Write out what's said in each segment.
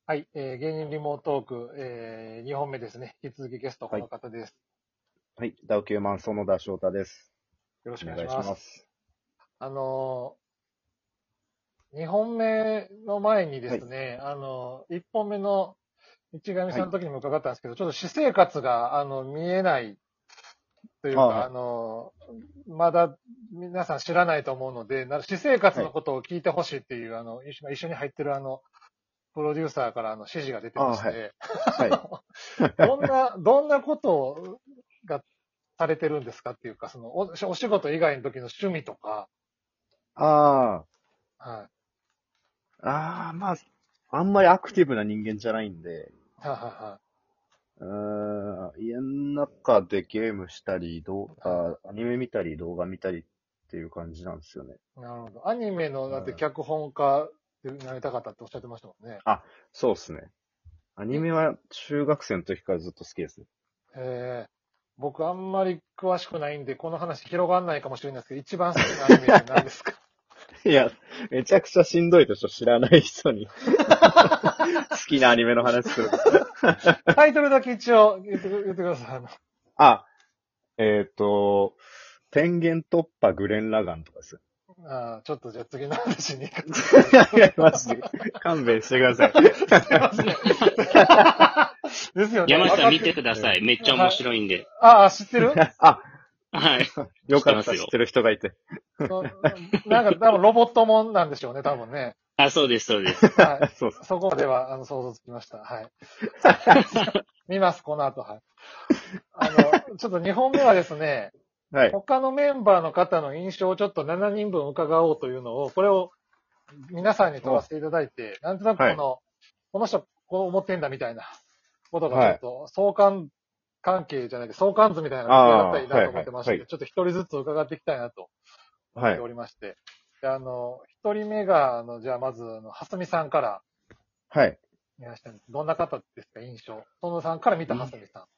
はい、芸人リモートーク、2本目ですね。引き続きゲストこはい。 の方です。 はい。ダウ9万園田翔太です。 よろしくお願いしお願いします。 ます。 あの2本目の前にではい。 すね、1本目の市上はい。 さんの時にも伺ったんですけど、ちょっと私生活が、見えないというか、 はい。 まだ皆さん知らないと思うので、私生活はい。 のことを聞いてほしいっていう、一緒に入ってるプロデューサーから指示が出てましはい。 て、 はい。 どんなことがされてるんですかっていうか、お仕事以外の時の趣味とか、 あはまあ、あんまりアクティブな人間じゃないんで、 い、はい、は家の中でゲームしたり、 い、はい。 アニメ見たり、動画見たりっていう感じなんですよね。 なるほど。アニメの、だってうん。 脚本家になりたかったっておっしゃってましたもんね。 あ、そうっすね。アニい、 メは中学生の時からずっと好きですね。 僕あんまり詳しくないんで、この話広がんないかもしれないですけど、一番好きなアニメって何ですか？ いや、めちゃくちゃしんどいでしょ、知らない人に。好きなアニメの話すると。 タイトルだけ一応言ってください。 あ、えっと、天元突破グレン・ラガンとかです。 ちょっとじゃあ次の話に行かせてください。 いや、マジで。勘弁してください。 すいません。ですよね。 山下さん見て分かって、 ください。 うん、 めっちゃ面白いんで。 知ってる？ あ、 はい。 よかった、 知ってますよ。 知ってる人がいて。 そなんか多分ロボットもんなんでしょうね、多分ね。 あ、そうです、そうです。 はい。 そうっす。 そこまでは、想像つきました。はい。見ます、この後、はい。ちょっと2本目はですね、 はい。 他のメンバーの方の印象をちょっと7人分伺おうというのを、これを皆さんに問わお、 せていただいて、なんとなくはい。 この人こう思ってんだみたいなことがちょはい。 っと相関関係じゃないけど、相関図みたいなのが出来上がったらいいなとはい、はい、はい。 思ってまして、ちょっと一人ずつ伺っていきたいなと思ってはい。 おりまして。で、一人目が、じゃあまず、はすみさんからはい。 いらっしゃるんです。どんな方ですか、印象。園田さんから見たはいい。 すみさ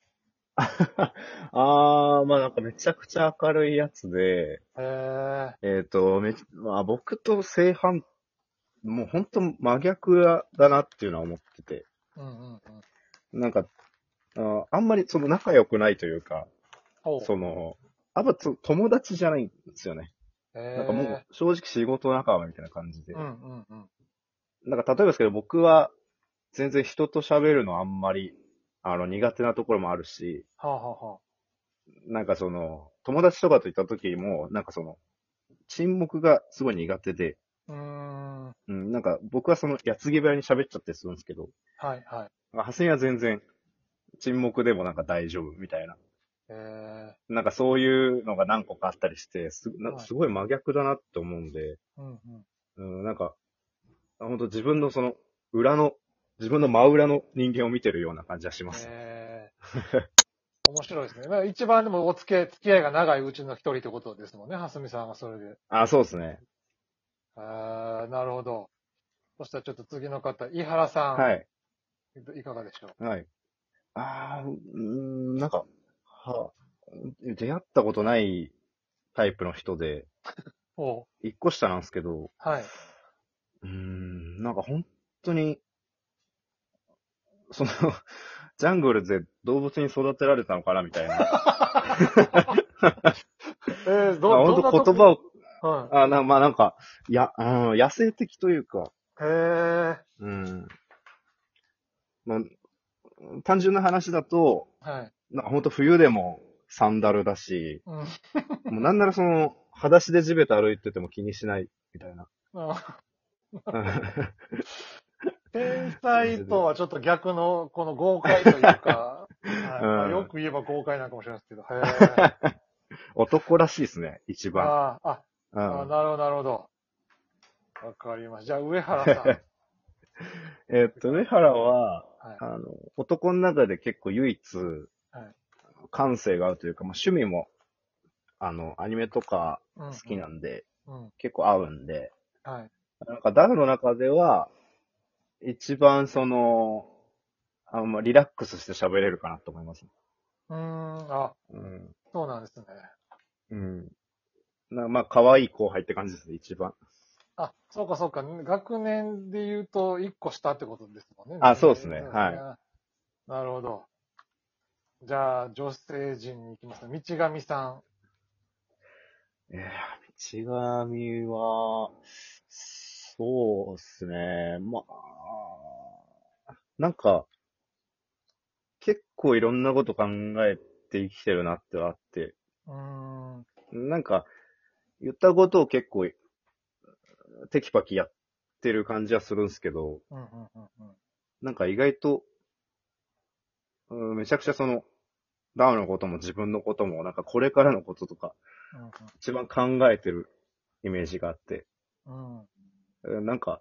まあなんかめちゃくちゃ明るいやつで、 ん。へえ。 まあ僕と正反、もう本当真逆だなっていうのは思ってて、 うんうんうん。 なんか、あんまりその仲良くないというか、 ほその、友達じゃないんですよね。 う。へなんかもえ。 う正直仕事仲間みたいな感じで。 うんうんうん。 なんか例えばですけど僕は全然人と喋るのあんまり、苦手なところもあるし、 はあはあはなんかその、友達とかといった時も、なんかその、沈黙がすごい苦手で、 あ。うーん。 うん、なんか僕はその、矢継ぎ早に喋っちゃってするんですけど、 はいはい。 ハスミは全然沈黙でもなんか大丈夫みたいな。 へえ。 なんかそういうのが何個かあったりして、 はい。 すごい真逆だなって思うんで、 うんうん。 うん、なんか、本当自分のその、裏の、自分の真裏の人間を見てるような感じはします。 ええ。面白いですね。まあ一番でも付き合いが長いうちの一人ってことですもんね、はすみさんはそれで。 あ、そうですね。 なるほど。そしたらちょっと次の方、井原さはい。 ん、いかがでしょう？ はい。なんか、出会ったことないタイプの人で、 おう。 一個下なんですけど、 はい。 なんか本当に、その、ジャングルで動物に育てられたのかなみたいな。本どんな当言特、 葉を、 はまあなんか、野生的というか、 い。へえ。 うん、まあ、単純な話だと、 はい。 なんか本当冬でもサンダルだし、 うん。 もうなんならその、裸足で地べた歩いてても気にしないみたいな。 あ、 うん天感じで。 才とはちょっと逆の、この豪快というか、はい。まあ、ようん。 く言えば豪快なのかもしれないですけど、へえ。 男らしいですね、一番。 なるほど、なるほど。わかりました。じゃあ、上原さん。 上原は、 はい。 男の中で結構唯一はい。 感性が合うというか、まあ、趣味も、アニメとか好きうんうん。 なんで、 うん。 結構合うんで、 はい。 なんかダウの中では、一番リラックスして喋れるかなと思います。 うーん。 うん。 そうなんですね。 うん。まあ、可愛い後輩って感じですね、一番。 あ、そうかそうか。学年で言うと1個下ってことですもんね。 あ、そうですね。 そうはい。 なるほど。じゃあ、女性陣に行きます。道上さん。 道上は、そうですね。まあ、なんか、結構いろんなこと考えて生きてるなってはあって、 うーん。うんなんか、言ったことを結構テキパキやってる感じはするんですけど、 うんうんうん。 なんか意外と、めちゃくちゃダウのことも自分のことも、なんかこれからのこととか、 うん一番考えてるイメージがあって、 うんうんなんか、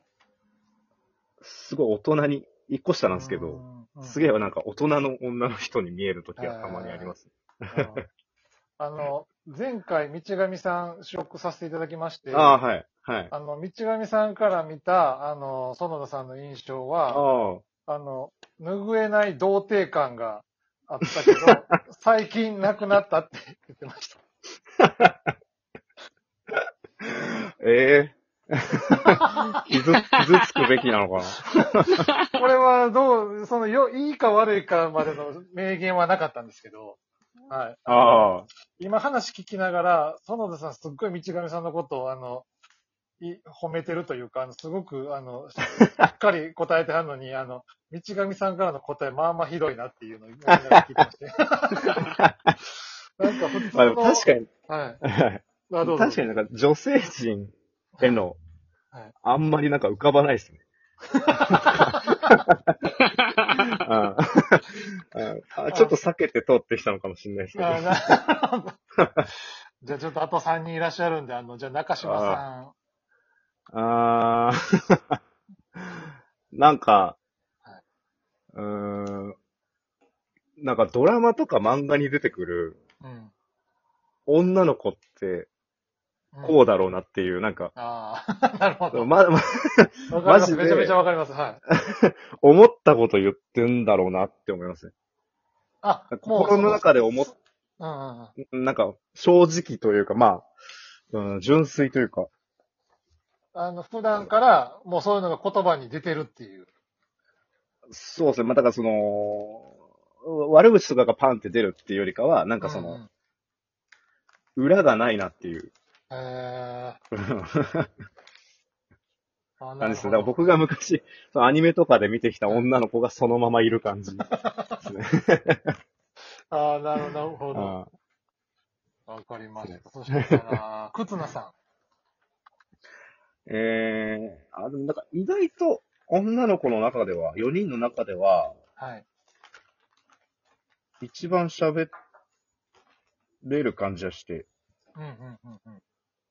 すごい大人に、一個下なんですけど、 うんうんすげえなんか大人の女の人に見えるときはたまにあります。 なるほど。前回、道上さん試食させていただきましああ、 て、 はい、はい。 道上さんから見た、園田さんの印象は、 あ拭えない童貞感があったけど、最近なくなったって言ってました。 あ、ええ傷つくべきなのかこれはいいか悪いかまでの明言はなかったんですけど、はい。 な。ああ、 今話聞きながら、園田さんすっごい道上さんのことを、褒めてるというか、すごく、しっかり答えてはるのに、道上さんからの答え、まあまあひどいなっていうのを思いながら聞いてまして。なんか普通まあでもの、 確かに、 はい。 はいあ、どうぞどうぞ。 確かになんか女性陣への、 はい。 あんまりなんか浮かばないですね。ああちょっと避けて通ってきたのかもしれないですけど。 なるほど。じゃあちょっとあと3人いらっしゃるんで、じゃあ中島あさん。 あーなんか、 はい。 うーん、なんかドラマとか漫画に出てくるうん。 女の子ってうん。 こうだろうなっていう、なんか、 ああ、なるほど。 ま、ま、マわかります。めちゃめちゃジでわかります。はい。 思ったこと言ってんだろうなって思いますね。 あ、もう心の中でうんうんうん。 なんか正直というか、まあ、純粋というか、 普段からもうそういうのが言葉に出てるっていう。 そうですね。まあ、だから悪口とかがパンって出るっていうよりかは、なんかうんうん。 裏がないなっていうあ、 感じですね。だからなるほど。 僕が昔、アニメとかで見てきた女の子がそのままいる感じですね。 ああ、なるほど。 あわかりまーねした。そしたら、忽那さでもなんか意外と女の子の中では、4人の中では、 ん。はい。 一番喋れる感じがして、 うんうんうんうん。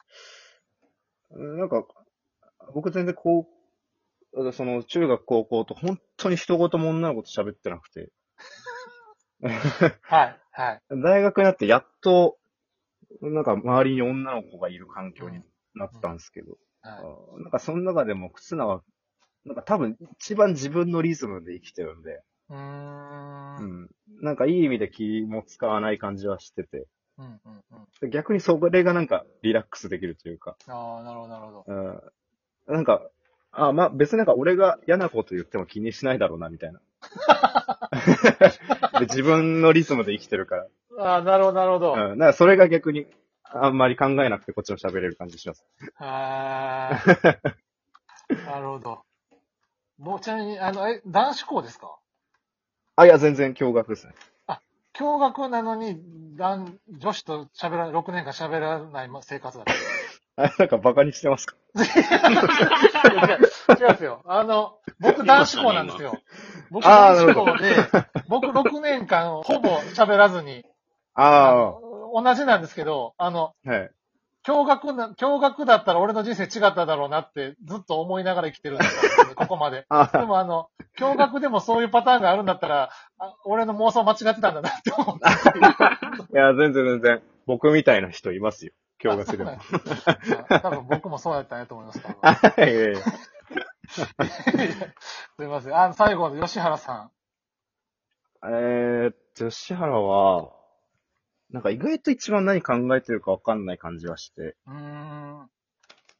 なんか、僕全然中学高校と本当に一言も女の子と喋ってなくて、 はい、はい。 大学になってやっと、なんか周りに女の子がいる環境にうん、 なったんですけど、 はい。 なんかその中でも忽那は、なんか多分一番自分のリズムで生きてるんで、 うーん。 うん。なんかいい意味で気も使わない感じはしてて、 うんうんうん。 で逆にそれがなんかリラックスできるというか、 ああ、なるほど、なるほど。 うん、なんか、まあ別になんか俺が嫌なこと言っても気にしないだろうな、みたいな。で、自分のリズムで生きてるかああ、なるほど、なるほど。 ら。うん。なんかそれが逆にあんまり考えなくてこっちも喋れる感じします。 ああ、なるほど。ちなみに、男子校ですか？ いや、全然驚愕ですね。 あ、共学なのに、女子と6年間喋らない生活だった。 なんかバカにしてますか？ 違うんですよ。僕男子校なんですよ。僕ああ、 男なるほど。 子校で、僕6年間ほぼ喋らずに、 あ同じなんですけど、 はい。 共学だったら俺の人生違っただろうなってずっと思いながら生きてるんですよ、ここまで。でも共学でもそういうパターンがあるんだったら、俺の妄想間違ってたんだなって思って。 いや、全然。僕みたいな人いますよ。驚愕でも。 多分僕もそうやったんやと思います、多分。 はい、いやいや。 すいません。最後の吉原さ吉原は、なんか意外と一番何考えてるかわかんない感じはして。 ん。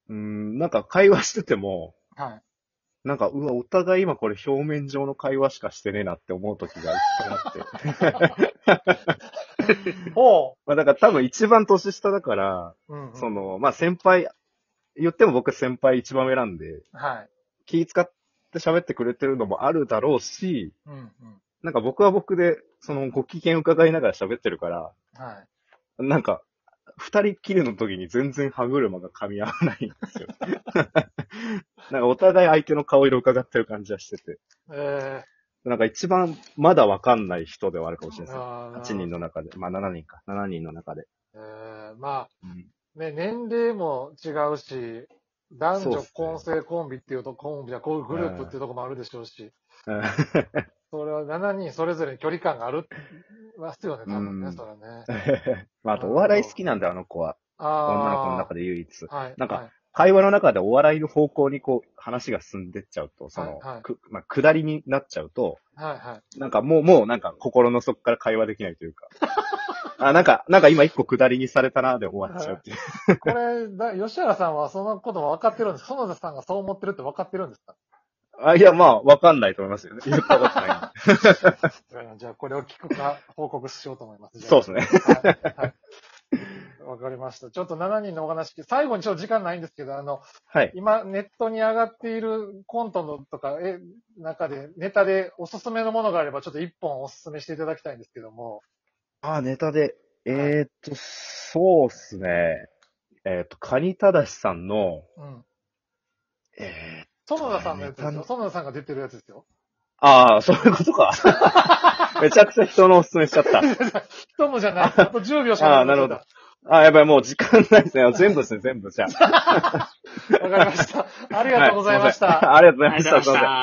なんか会話してても、 はい。 なんか、お互い今これ表面上の会話しかしてねえなって思う時が一回あって。 おまあだから多分一番年下だから、 うん、うん。 その、まあ先輩、言っても僕先輩一番上なんで、 はい。 気使って喋ってくれてるのもあるだろうし、 うん、うん。 なんか僕は僕で、そのご機嫌伺いながら喋ってるから、 はい。 なんか、二人っきりの時に全然歯車が噛み合わないんですよ。なんかお互い相手の顔色を伺ってる感じはしてて。なんか一番まだわかんない人ではあるかもしれないですね。8人の中で。まあ7人か。7人の中で。 まあ、 うんね、年齢も違うし、男女そうっすね混成コンビっていうと、コンビじゃこういうグループっていうところもあるでしょうし、 うんそれは7人それぞれに距離感があるますよね、多分ね、 うんそれはね。 まあ、あとお笑い好きなんだよ、あの子は。女の子の中で唯一。 はい。 なんかはい、 会話の中でお笑いの方向にこう、話が進んでっちゃうと、その、 はいまあ、下りになっちゃうと、 はい、はい。 なんかもうなんか心の底から会話できないというか。なんか今一個下りにされたなで終わっちゃうっていう。 これ、吉原さんはそのことも分かってるんですか？園田さんがそう思ってるって分かってるんですか？ いや、まあ、わかんないと思いますよね。言ったことないんで。 じゃあ、これを聞くか、報告しようと思います。 そうですね。 はい。はい。わかりました。ちょっと7人のお話、最後にちょっと時間ないんですけど、 はい。 今、ネットに上がっているコントのとか、中で、ネタでおすすめのものがあれば、ちょっと一本おすすめしていただきたいんですけども。 ネタで。そうっすね。カニタダシさんの、 うん。 え園田さんのやつですよ。 ネタ園田さんが出てるやつですよ。 そういうことか。めちゃくちゃ人のおすすめしちゃった。 人もじゃない。あと10秒しかない。 なるほど。やばい、もう時間ないですね。全部ですね、全部。じゃあ。 わかりました。ありがとうございました。 ありがとうございました。 ありがとうございました。